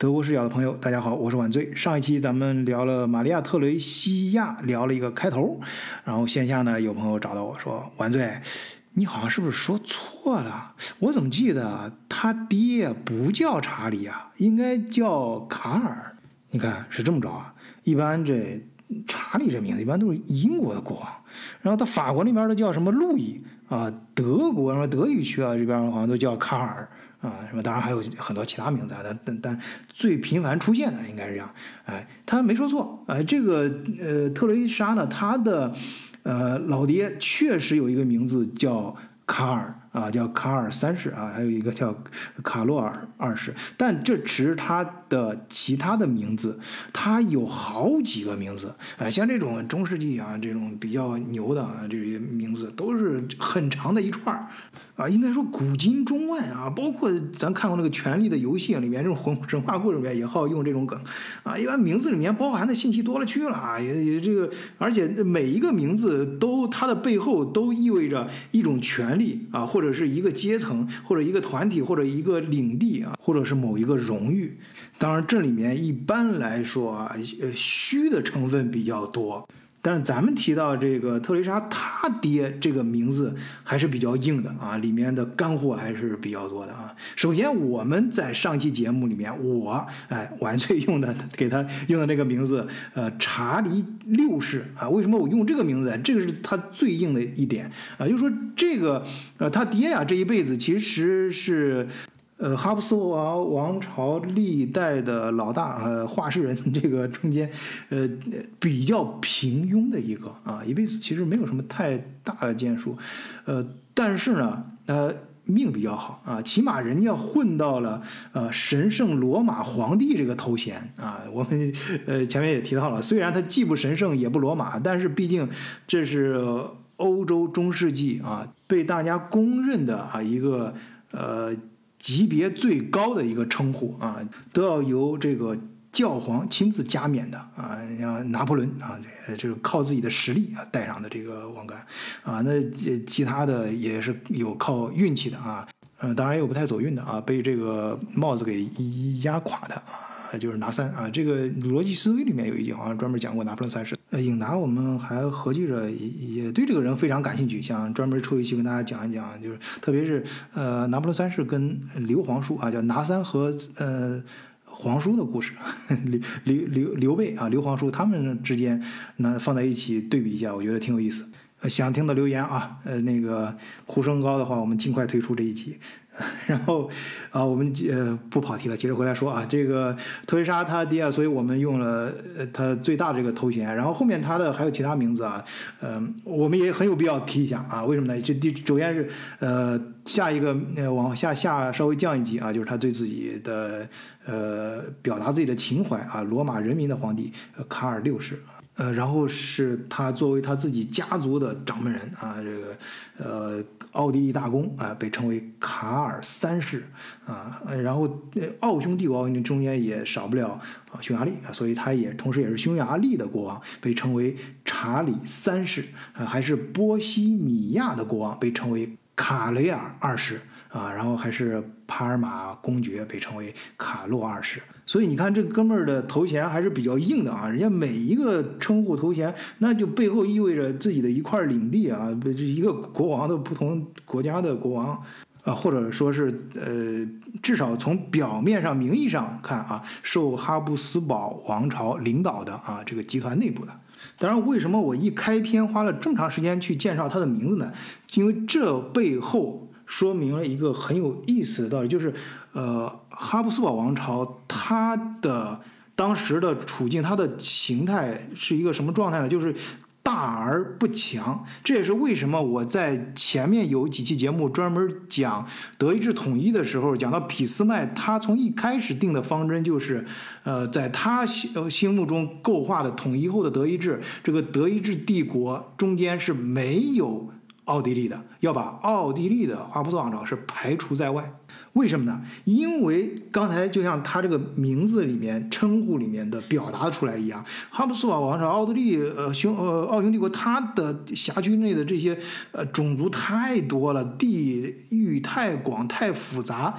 德国视角的朋友，大家好，我是晚醉。上一期咱们聊了玛利亚特雷西亚，聊了一个开头，然后线下呢有朋友找到我说，晚醉，你好像是不是说错了？我怎么记得他爹不叫查理啊，应该叫卡尔？你看是这么着啊，一般这查理这名字一般都是英国的国王，然后到法国那边都叫什么路易啊，德国什么德语区啊这边好像都叫卡尔。什么当然还有很多其他名字啊，但最频繁出现的应该是这样。他没说错。这个特蕾莎呢，他的老爹确实有一个名字叫卡尔啊，叫卡尔三世啊，还有一个叫卡洛尔二世，但这只是他的其他的名字，他有好几个名字。像这种中世纪啊，这种比较牛的啊，这些名字都是很长的一串啊，应该说古今中外啊，包括咱看过那个《权力的游戏》里面这种神话故事里面也好用这种梗啊，一般名字里面包含的信息多了去了啊，也这个，而且每一个名字都它的背后都意味着一种权利啊，或者是一个阶层，或者一个团体，或者一个领地啊，或者是某一个荣誉。当然，这里面一般来说啊，虚的成分比较多。但是咱们提到这个特蕾莎她爹这个名字还是比较硬的啊，里面的干货还是比较多的啊。首先我们在上期节目里面，晚醉给他用的那个名字，查理六世啊，为什么我用这个名字？这个是他最硬的一点啊，就是说这个他爹呀这一辈子其实是。哈布斯王朝历代的老大话事人，这个中间比较平庸的一个啊，一辈子其实没有什么太大的建树，但是呢，命比较好啊，起码人家混到了神圣罗马皇帝这个头衔啊。我们前面也提到了，虽然他既不神圣也不罗马，但是毕竟这是欧洲中世纪啊被大家公认的啊一个级别最高的一个称呼啊，都要由这个教皇亲自加冕的啊，像拿破仑啊，这个靠自己的实力啊带上的这个王冠啊，那其他的也是有靠运气的啊，当然也有不太走运的啊，被这个帽子给压垮的啊，就是拿三啊，这个逻辑思维里面有一集好像专门讲过拿破仑三世。影达我们还合计着也对这个人非常感兴趣，想专门抽一期跟大家讲一讲，就是特别是拿破仑三世跟刘皇叔啊，叫拿三和皇叔的故事，刘备啊，刘皇叔他们之间放在一起对比一下，我觉得挺有意思。想听的留言啊，那个呼声高的话，我们尽快推出这一集。然后我们不跑题了，接着回来说啊，这个特蕾莎他爹，所以我们用了他最大的这个头衔，然后后面他的还有其他名字啊，我们也很有必要提一下啊，为什么呢？首先是下一个往下稍微降一级啊，就是他对自己的表达自己的情怀啊，罗马人民的皇帝卡尔六世。然后是他作为他自己家族的掌门人啊，这个奥地利大公啊，被称为卡尔三世啊，然后奥匈帝国中间也少不了匈牙利啊，所以他也同时也是匈牙利的国王，被称为查理三世啊，还是波西米亚的国王，被称为卡雷尔二世啊，然后还是帕尔马公爵，被称为卡洛二世。所以你看这哥们儿的头衔还是比较硬的啊，人家每一个称呼头衔，那就背后意味着自己的一块领地啊，这一个国王的不同国家的国王啊，或者说是至少从表面上名义上看啊，受哈布斯堡王朝领导的啊这个集团内部的。当然，为什么我一开篇花了这么长时间去介绍他的名字呢？因为这背后说明了一个很有意思的道理，就是哈布斯堡王朝它的当时的处境，它的形态是一个什么状态呢？就是大而不强，这也是为什么我在前面有几期节目专门讲德意志统一的时候，讲到俾斯麦，他从一开始定的方针就是，在他心目中构画的统一后的德意志，这个德意志帝国中间是没有奥地利的，要把奥地利的哈布斯堡王朝是排除在外。为什么呢？因为刚才就像他这个名字里面称呼里面的表达出来一样，哈布斯堡王朝、奥地利、奥匈帝国，它的辖区内的这些种族太多了，地域太广太复杂，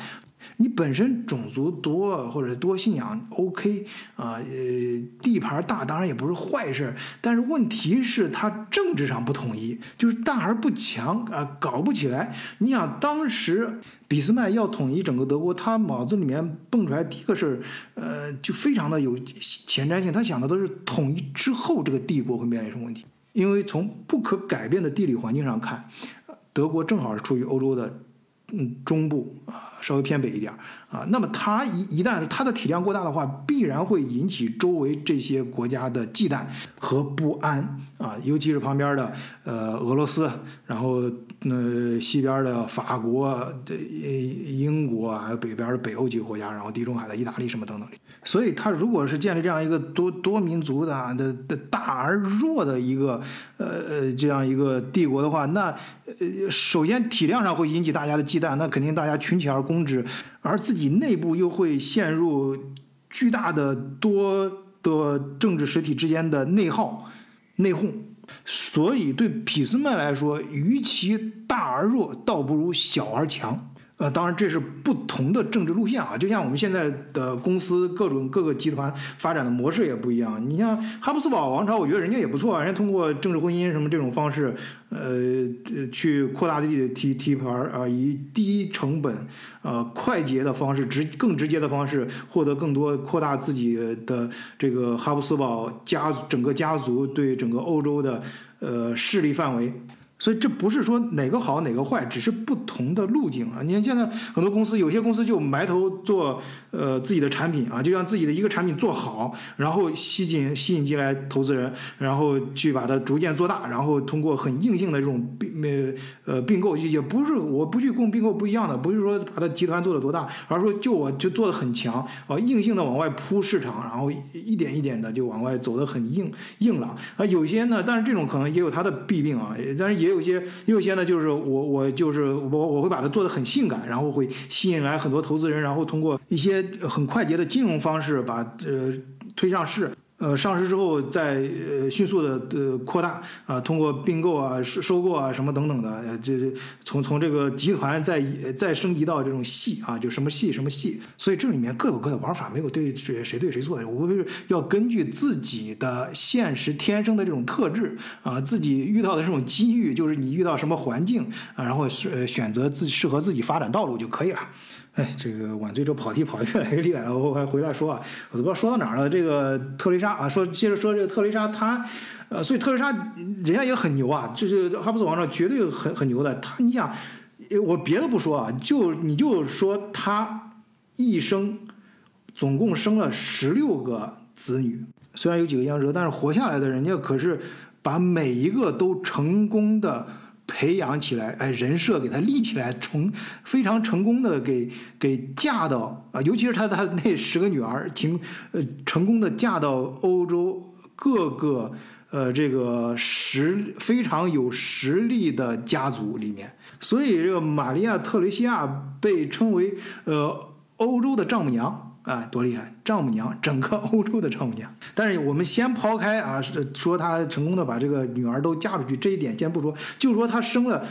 你本身种族多或者多信仰 OK 啊，地盘大当然也不是坏事，但是问题是他政治上不统一，就是大而不强啊，搞不起来。你想当时俾斯麦要统一整个德国，他脑子里面蹦出来第一个是，就非常的有前瞻性，他想的都是统一之后这个帝国会面临什么问题。因为从不可改变的地理环境上看，德国正好是处于欧洲的中部啊，稍微偏北一点啊。那么它一旦它的体量过大的话，必然会引起周围这些国家的忌惮和不安啊，尤其是旁边的俄罗斯，然后西边的法国、英国啊，还有北边的北欧几个国家，然后地中海的意大利什么等等。所以它如果是建立这样一个多民族的大而弱的一个这样一个帝国的话，那首先体量上会引起大家的忌惮，那肯定大家群起而攻之，而自己内部又会陷入巨大的多的政治实体之间的内讧。所以对俾斯麦来说，与其大而弱，倒不如小而强。当然这是不同的政治路线啊，就像我们现在的公司各个集团发展的模式也不一样。你像哈布斯堡王朝，我觉得人家也不错啊，人家通过政治婚姻什么这种方式，去扩大自己的地盘啊，以低成本、快捷的方式、更直接的方式获得更多，扩大自己的这个哈布斯堡整个家族对整个欧洲的势力范围。所以这不是说哪个好哪个坏，只是不同的路径啊。你看现在很多公司，有些公司就埋头做自己的产品啊，就让自己的一个产品做好，然后吸引进来投资人，然后去把它逐渐做大，然后通过很硬性的这种并购，也不是我不去并购不一样的，不是说把它集团做得多大，而是说我就做得很强啊，硬性的往外铺市场，然后一点一点的就往外走得很硬朗啊。有些呢，但是这种可能也有它的弊病啊，但是也有些呢，就是我会把它做得很性感，然后会吸引来很多投资人，然后通过一些很快捷的金融方式把推上市。上市之后再迅速的扩大啊，通过并购啊、收购啊什么等等的，这从这个集团再升级到这种系啊，就什么系，所以这里面各有各的玩法，没有谁对谁错的，无非是要根据自己的现实天生的这种特质啊，自己遇到的这种机遇，就是你遇到什么环境啊，然后选择适合自己发展道路就可以了。这个晚醉这跑题跑得越来越厉害了，我还回来说啊，我都不知道说到哪儿了。这个特蕾莎啊，接着说这个特蕾莎，她所以特蕾莎人家也很牛啊，就是哈布斯堡王朝绝对很牛的。你想，我别的不说啊，你就说她一生总共生了16个子女，虽然有几个夭折，但是活下来的人家可是把每一个都成功的培养起来，人设给他立起来，非常成功的给嫁到啊，尤其是他那10个女儿，成功的嫁到欧洲各个这个非常有实力的家族里面，所以这个玛利亚特蕾西亚被称为欧洲的丈母娘。多厉害！丈母娘，整个欧洲的丈母娘。但是我们先抛开啊，说她成功的把这个女儿都嫁出去这一点先不说，就说她生了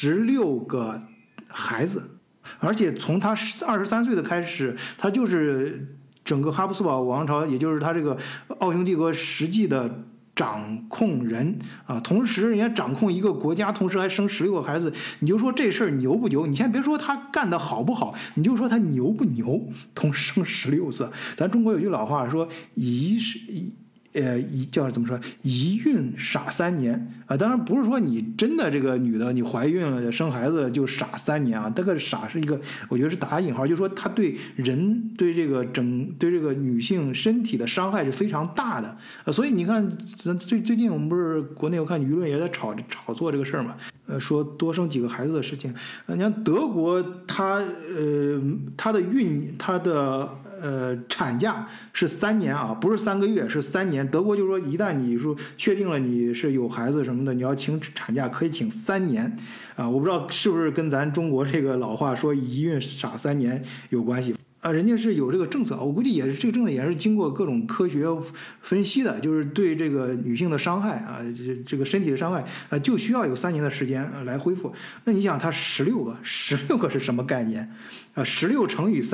16个孩子，而且从她23岁的开始，她就是整个哈布斯堡王朝，也就是她这个奥匈帝国实际的掌控人啊，同时人家掌控一个国家，同时还生16个孩子，你就说这事儿牛不牛？你先别说他干得好不好，你就说他牛不牛？同时生16次，咱中国有句老话说叫怎么说？一孕傻3年啊！当然不是说你真的这个女的你怀孕了生孩子了就傻3年啊，这个傻是一个，我觉得是打引号，就是说她对这个女性身体的伤害是非常大的所以你看，最近我们不是国内我看舆论也在炒作这个事儿嘛，说多生几个孩子的事情。你看德国，它的产假是3年啊，不是3个月，是3年。德国就说，一旦你说确定了你是有孩子什么的，你要请产假可以请3年啊。我不知道是不是跟咱中国这个老话说一孕傻3年有关系。 啊，人家是有这个政策，我估计也是这个政策也是经过各种科学分析的，就是对这个女性的伤害啊，这个身体的伤害啊，就需要有3年的时间来恢复。那你想，它16个是什么概念啊？16乘以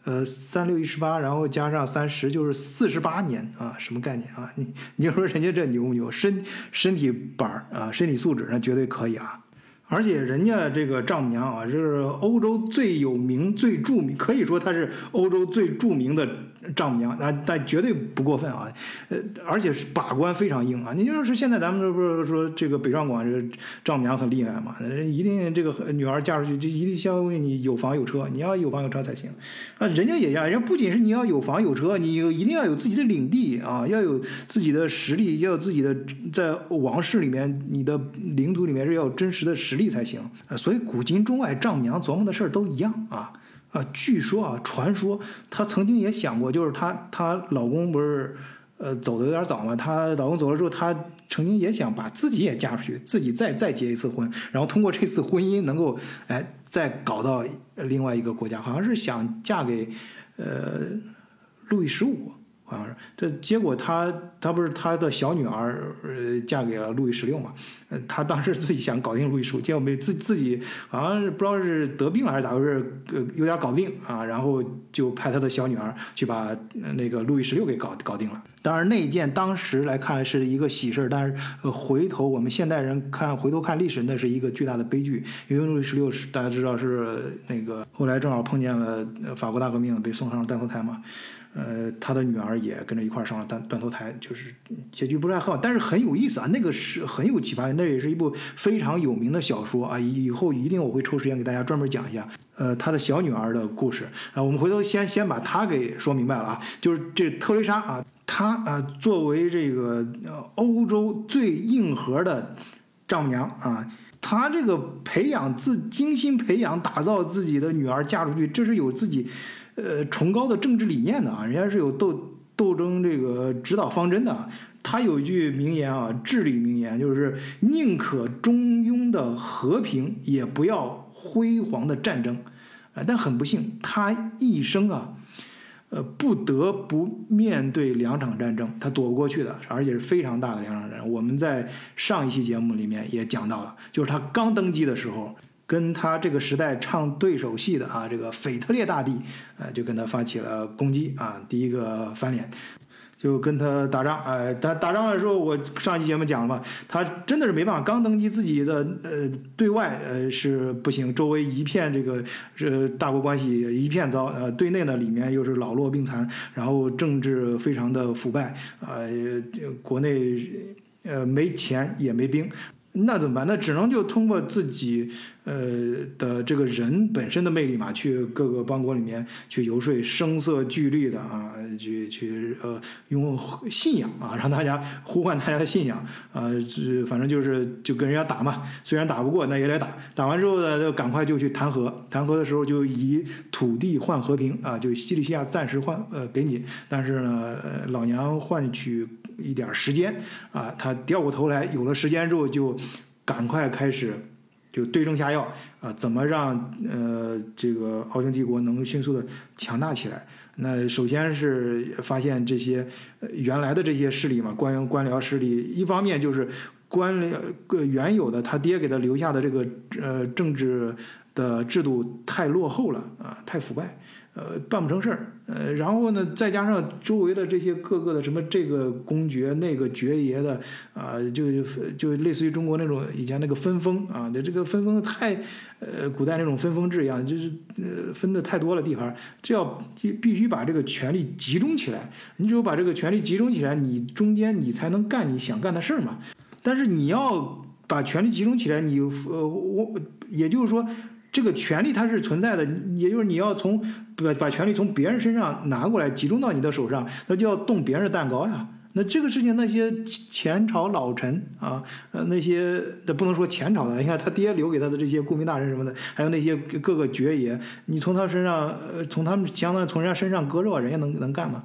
3，3、6、18，然后加上30，就是48年啊，什么概念啊？你就说人家这牛不牛？身体板啊，身体素质那绝对可以啊。而且人家这个丈母娘啊，是欧洲最有名、最著名，可以说她是欧洲最著名的丈母娘，但绝对不过分啊。而且是把关非常硬啊。你就是现在咱们这不是说这个北上广这个丈母娘很厉害嘛？一定这个女儿嫁出去就一定相当于你有房有车，你要有房有车才行啊。人家也一样，人家不仅是你要有房有车，你一定要有自己的领地啊，要有自己的实力，要有自己的在王室里面，你的领土里面是要有真实的实力才行。所以古今中外丈母娘琢磨的事儿都一样啊。据说啊，传说她曾经也想过，就是她老公不是走的有点早嘛，她老公走了之后，她曾经也想把自己也嫁出去，自己再结一次婚，然后通过这次婚姻能够再搞到另外一个国家，好像是想嫁给路易15。好像是，这结果他不是他的小女儿嫁给了路易16嘛？他当时自己想搞定路易15，结果没自己好像是不知道是得病了还是咋回事，有点搞不定啊，然后就派他的小女儿去把那个路易16给搞定了。当然那一件当时来看是一个喜事，但是回头我们现代人回头看历史，那是一个巨大的悲剧，因为路易16大家知道是那个后来正好碰见了法国大革命，被送上了断头台嘛。他的女儿也跟着一块上了断头台，就是结局不太好，但是很有意思啊，那个是很有启发，那也是一部非常有名的小说啊，以后一定我会抽时间给大家专门讲一下他的小女儿的故事啊。我们回头先把他给说明白了啊，就是这特蕾莎啊，她作为这个欧洲最硬核的丈母娘啊，她这个精心培养打造自己的女儿嫁出去，这是有自己崇高的政治理念的啊，人家是有斗争这个指导方针的。他有一句名言啊，至理名言，就是宁可中庸的和平，也不要辉煌的战争。但很不幸，他一生啊，不得不面对2场战争，他躲不过去的，而且是非常大的2场战争。我们在上一期节目里面也讲到了，就是他刚登基的时候，跟他这个时代唱对手戏的啊，这个腓特烈大帝，就跟他发起了攻击啊，第一个翻脸，就跟他打仗。他打仗的时候，我上一期节目讲了嘛，他真的是没办法，刚登基自己的对外是不行，周围一片这个大国关系一片糟，对内呢里面又是老弱病残，然后政治非常的腐败国内没钱也没兵。那怎么办？那只能就通过自己的这个人本身的魅力嘛，去各个邦国里面去游说，声色俱厉的啊，去用信仰啊，让大家呼唤大家的信仰啊，反正就跟人家打嘛，虽然打不过，那也得打。打完之后呢，就赶快就去谈和，谈和的时候就以土地换和平啊，就西里西亚暂时给你，但是呢，老娘换取一点时间啊，他掉过头来，有了时间之后就赶快开始就对症下药啊，怎么让这个奥匈帝国能迅速的强大起来？那首先是发现这些原来的这些势力嘛，官僚势力，一方面就是原有的他爹给他留下的这个政治的制度太落后了啊，太腐败。办不成事儿，然后呢，再加上周围的这些各个的什么这个公爵那个爵爷的啊，就类似于中国那种以前那个分封啊，这个分封太古代那种分封制一样，就是分的太多了地盘，这必须把这个权力集中起来，你只有把这个权力集中起来，你中间你才能干你想干的事儿嘛。但是你要把权力集中起来，也就是说。这个权利它是存在的，也就是你要把权力从别人身上拿过来，集中到你的手上，那就要动别人的蛋糕呀。那这个事情，那些前朝老臣啊，那些不能说前朝的，你看他爹留给他的这些顾命大臣什么的，还有那些各个爵爷，你从他身上，从人家身上割肉，人家能干吗？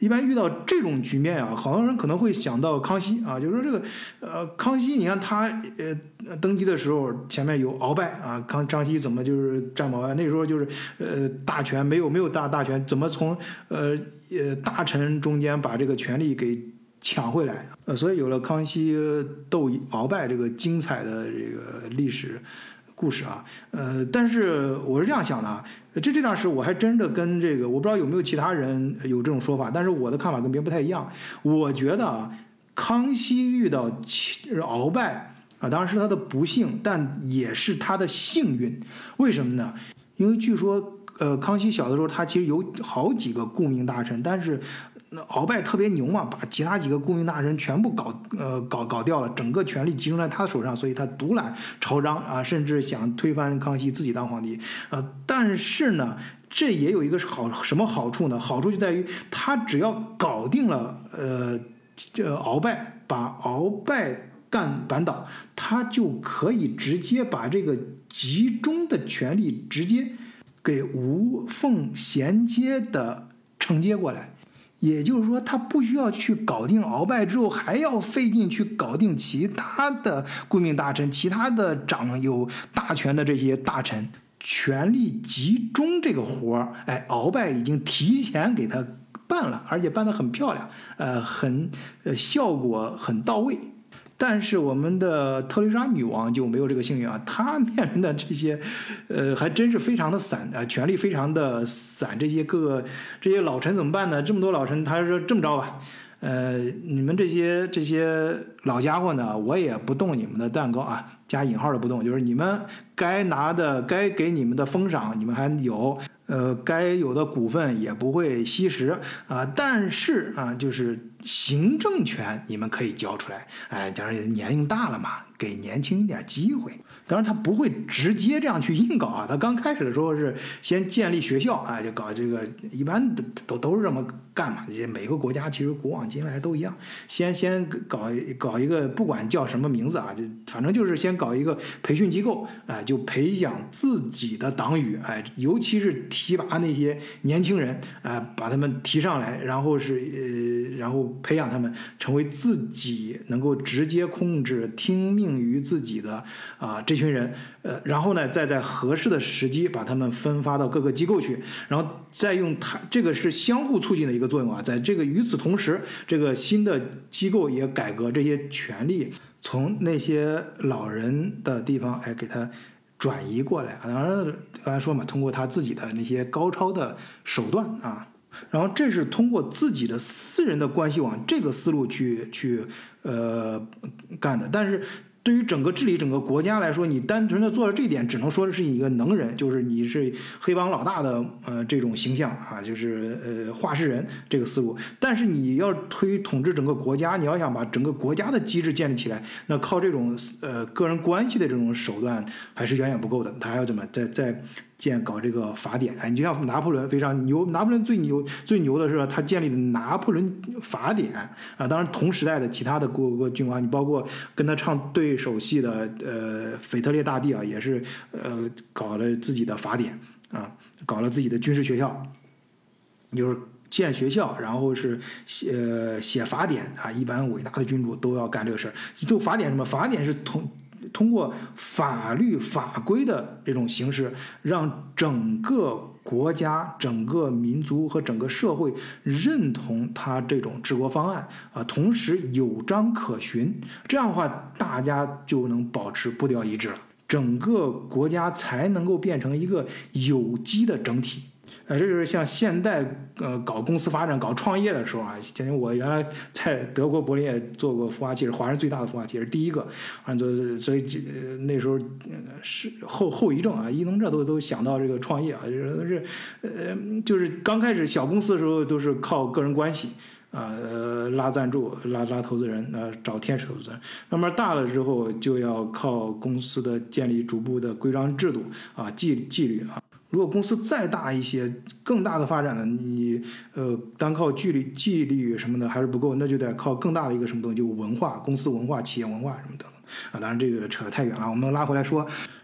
一般遇到这种局面啊，好多人可能会想到康熙啊，就是说这个康熙，你看他登基的时候前面有鳌拜啊，张熙怎么就是战矛啊？那时候就是大权没有大权，怎么从大臣中间把这个权力给抢回来？所以有了康熙斗鳌拜这个精彩的这个历史故事啊。但是我是这样想的啊，这件事我还真的跟这个我不知道有没有其他人有这种说法，但是我的看法跟别人不太一样。我觉得啊，康熙遇到鳌拜啊，当然是他的不幸，但也是他的幸运。为什么呢？因为据说康熙小的时候他其实有好几个顾命大臣，但是鳌拜特别牛嘛，把其他几个顾命大臣全部搞掉了，整个权力集中在他手上，所以他独揽朝纲啊，甚至想推翻康熙自己当皇帝但是呢，这也有一个什么好处呢？好处就在于他只要搞定了鳌拜，把鳌拜扳倒，他就可以直接把这个集中的权力直接给无缝衔接的承接过来。也就是说，他不需要去搞定鳌拜之后，还要费劲去搞定其他的顾命大臣、其他的掌有大权的这些大臣，权力集中这个活儿，鳌拜已经提前给他办了，而且办得很漂亮，效果很到位。但是我们的特蕾莎女王就没有这个幸运啊，她面临的这些，还真是非常的散权力非常的散。这些老臣怎么办呢？这么多老臣，他说这么着吧，你们这些老家伙呢，我也不动你们的蛋糕啊，加引号的不动，就是你们该给你们的封赏，你们还有。该有的股份也不会稀释啊，但是啊，就是行政权你们可以交出来，假如年龄大了嘛，给年轻一点机会。当然他不会直接这样去硬搞啊，他刚开始的时候是先建立学校就搞这个，一般都是这么干嘛。每个国家其实古往今来都一样，先搞一个，不管叫什么名字啊，反正就是先搞一个培训机构，就培养自己的党羽，尤其是提拔那些年轻人，把他们提上来，然后培养他们成为自己能够直接控制、听命于自己的这群人，然后呢，再在合适的时机把他们分发到各个机构去，然后再用这个是相互促进的一个作用啊。在这个与此同时，这个新的机构也改革这些权力，从那些老人的地方给他转移过来。当然刚才说嘛，通过他自己的那些高超的手段啊，然后这是通过自己的私人的关系网这个思路去干的。但是对于整个治理整个国家来说，你单纯的做了这一点，只能说是一个能人，就是你是黑帮老大的这种形象啊，就是话事人这个思路。但是你要统治整个国家，你要想把整个国家的机制建立起来，那靠这种个人关系的这种手段还是远远不够的，他还要怎么再搞这个法典。你就像拿破仑非常牛，拿破仑最牛的是他建立的拿破仑法典啊。当然同时代的其他的各个君王，你包括跟他唱对手戏的腓特烈大帝啊，也是搞了自己的法典啊，搞了自己的军事学校，就是建学校，然后是写法典啊。一般伟大的君主都要干这个事儿。就法典什么？法典是通过法律法规的这种形式，让整个国家、整个民族和整个社会认同他这种治国方案啊，同时有章可循。这样的话，大家就能保持步调一致了，整个国家才能够变成一个有机的整体。这就是像现代搞公司发展、搞创业的时候啊，我原来在德国柏林也做过孵化器，是华人最大的孵化器，是第一个。所以那时候是后遗症啊，一弄这都想到这个创业啊，就是刚开始小公司的时候都是靠个人关系拉赞助、拉投资人，找天使投资人。慢慢大了之后，就要靠公司的建立逐步的规章制度啊、纪律啊。如果公司再大一些，更大的发展呢，你单靠纪律什么的还是不够，那就得靠更大的一个什么东西，就文化、公司文化、企业文化什么等等啊。当然这个扯得太远了，我们拉回来说。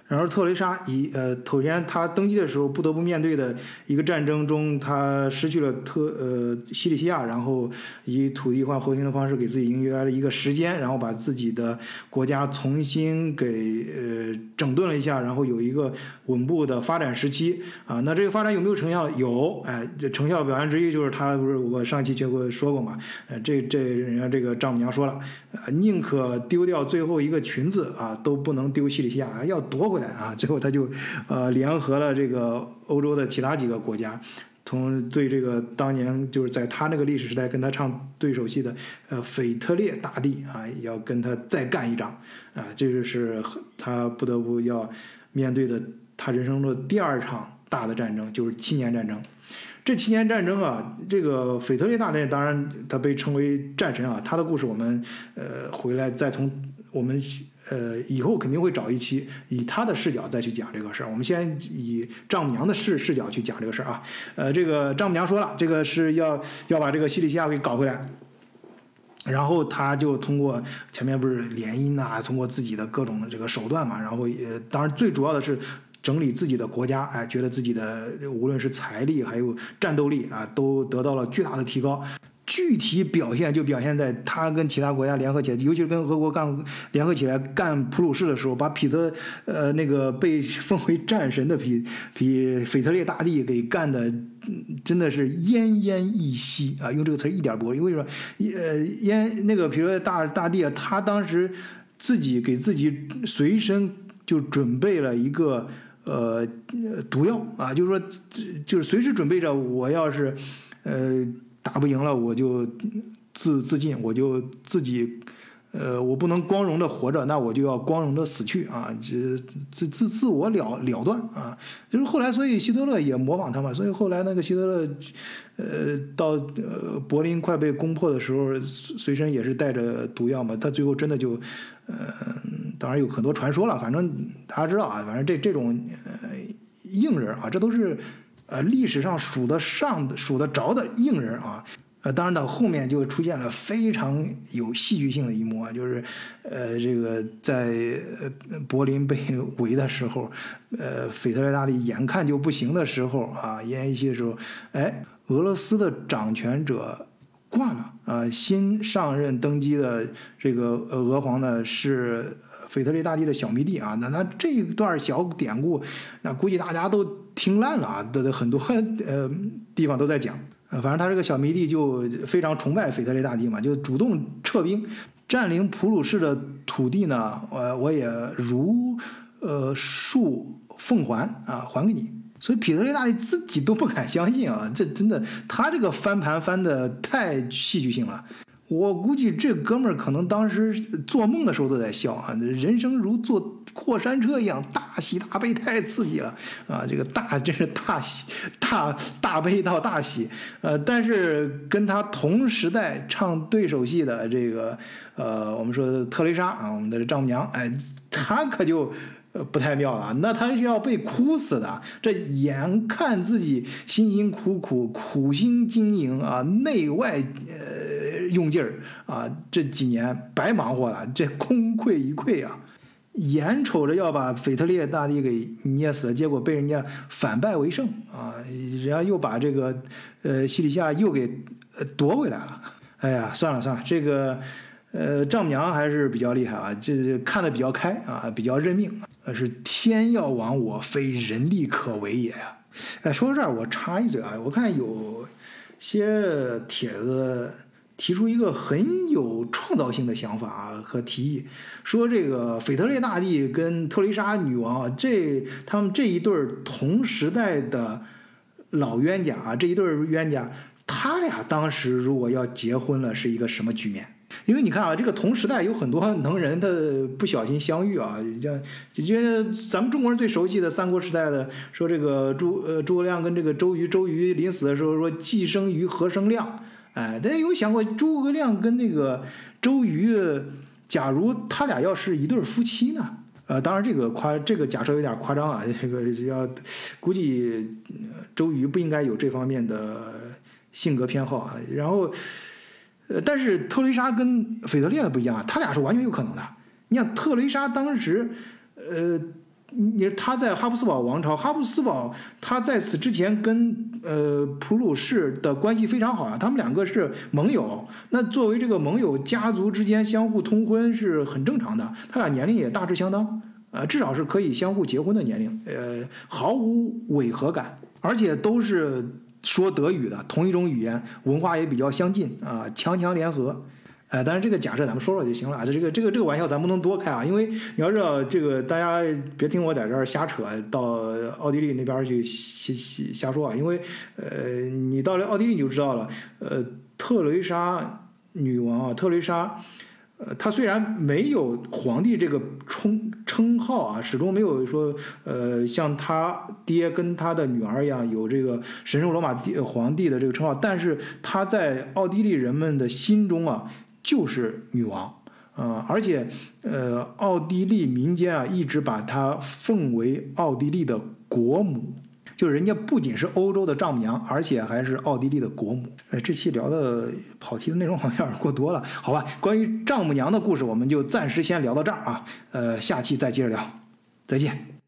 然后特蕾莎首先他登基的时候不得不面对的一个战争中，他失去了西里西亚，然后以土地换和平的方式给自己赢回来了一个时间，然后把自己的国家重新给整顿了一下，然后有一个稳步的发展时期啊。那这个发展有没有成效？有，这成效表现之一就是他不是我上期节目说过嘛，人家这个丈母娘说了，宁可丢掉最后一个裙子啊，都不能丢西里西亚，要夺回来啊。最后他就联合了这个欧洲的其他几个国家，对这个当年就是在他那个历史时代跟他唱对手戏的腓特烈大帝啊，要跟他再干一仗啊。这就是他不得不要面对的他人生的第二场大的战争，就是7年战争。这7年战争啊，这个腓特烈大帝当然他被称为战神啊，他的故事我们回来再从我们以后肯定会找一期以他的视角再去讲这个事儿。我们先以丈母娘的视角去讲这个事儿啊。这个丈母娘说了，这个是要把这个西里西亚给搞回来。然后他就通过前面不是联姻啊，通过自己的各种这个手段嘛，然后当然最主要的是整理自己的国家，觉得自己的无论是财力还有战斗力啊，都得到了巨大的提高。具体表现就表现在他跟其他国家联合起来，尤其是跟俄国联合起来干普鲁士的时候，把那个被封为战神的比腓特烈大帝给干的真的是奄奄一息啊！用这个词一点不为什么？那个腓特烈大帝啊，他当时自己给自己随身就准备了一个毒药啊，就是说就是随时准备着，我要是打不赢了，我就自尽，我就自己我不能光荣的活着，那我就要光荣的死去啊！自我了断啊！就是后来，所以希特勒也模仿他嘛，所以后来那个希特勒到柏林快被攻破的时候，随身也是带着毒药嘛，他最后真的就当然有很多传说了，反正大家知道啊，反正这种硬人啊，这都是历史上数得着的硬人啊。当然到后面就出现了非常有戏剧性的一幕啊，就是这个在柏林被围的时候，腓特烈大帝眼看就不行的时候啊，奄奄一息的时候，俄罗斯的掌权者挂了啊，新上任登基的这个俄皇呢是腓特烈大帝的小迷弟啊，那这一段小典故，那估计大家都听烂了啊，很多地方都在讲。反正他这个小迷弟就非常崇拜腓特烈大帝嘛，就主动撤兵占领普鲁士的土地呢，我也如数奉还啊，还给你。所以腓特烈大帝自己都不敢相信啊，这真的他这个翻盘翻的太戏剧性了。我估计这哥们儿可能当时做梦的时候都在笑啊，人生如坐过山车一样，大喜大悲，太刺激了啊！这个真是大喜大悲到大喜，但是跟他同时代唱对手戏的这个我们说的特蕾莎啊，我们的丈母娘，他可就不太妙了，那他是要被哭死的。这眼看自己辛辛苦苦苦心经营啊，内外用劲儿啊，这几年白忙活了，这功亏一篑啊！眼瞅着要把腓特烈大帝给捏死了，结果被人家反败为胜啊！人家又把这个西里西亚又给夺回来了。哎呀，算了，这个丈母娘还是比较厉害啊，这看得比较开啊，比较认命，是天要亡我，非人力可为也呀。说到这儿我插一嘴啊，我看有些帖子提出一个很有创造性的想法和提议，说这个腓特烈大帝跟特蕾莎女王啊，他们这一对同时代的老冤家啊，这一对冤家，他俩当时如果要结婚了，是一个什么局面？因为你看啊，这个同时代有很多能人的不小心相遇啊，就觉得咱们中国人最熟悉的三国时代的，说这个诸葛亮跟这个周瑜临死的时候说既生瑜何生亮。大家有想过诸葛亮跟那个周瑜，假如他俩要是一对夫妻呢？当然这个假设有点夸张啊，这个估计周瑜不应该有这方面的性格偏好啊。然后，但是特蕾莎跟腓特烈不一样啊，他俩是完全有可能的。你想特蕾莎当时， 他在哈布斯堡王朝，哈布斯堡他在此之前跟普鲁士的关系非常好啊，他们两个是盟友。那作为这个盟友，家族之间相互通婚是很正常的，他俩年龄也大致相当，至少是可以相互结婚的年龄，毫无违和感，而且都是说德语的，同一种语言，文化也比较相近啊，强强联合。当然这个假设咱们说说就行了啊，这个玩笑咱不能多开啊，因为你要知道这个大家别听我在这儿瞎扯，到奥地利那边去瞎说啊，因为你到了奥地利你就知道了，特蕾莎女王啊，特蕾莎。她虽然没有皇帝这个称号啊，始终没有说像她爹跟她的女儿一样有这个神圣罗马皇帝的这个称号，但是她在奥地利人们的心中啊就是女王，而且奥地利民间啊一直把她奉为奥地利的国母。就是人家不仅是欧洲的丈母娘，而且还是奥地利的国母。这期聊的跑题的内容好像有点过多了，好吧？关于丈母娘的故事，我们就暂时先聊到这儿啊。下期再接着聊，再见。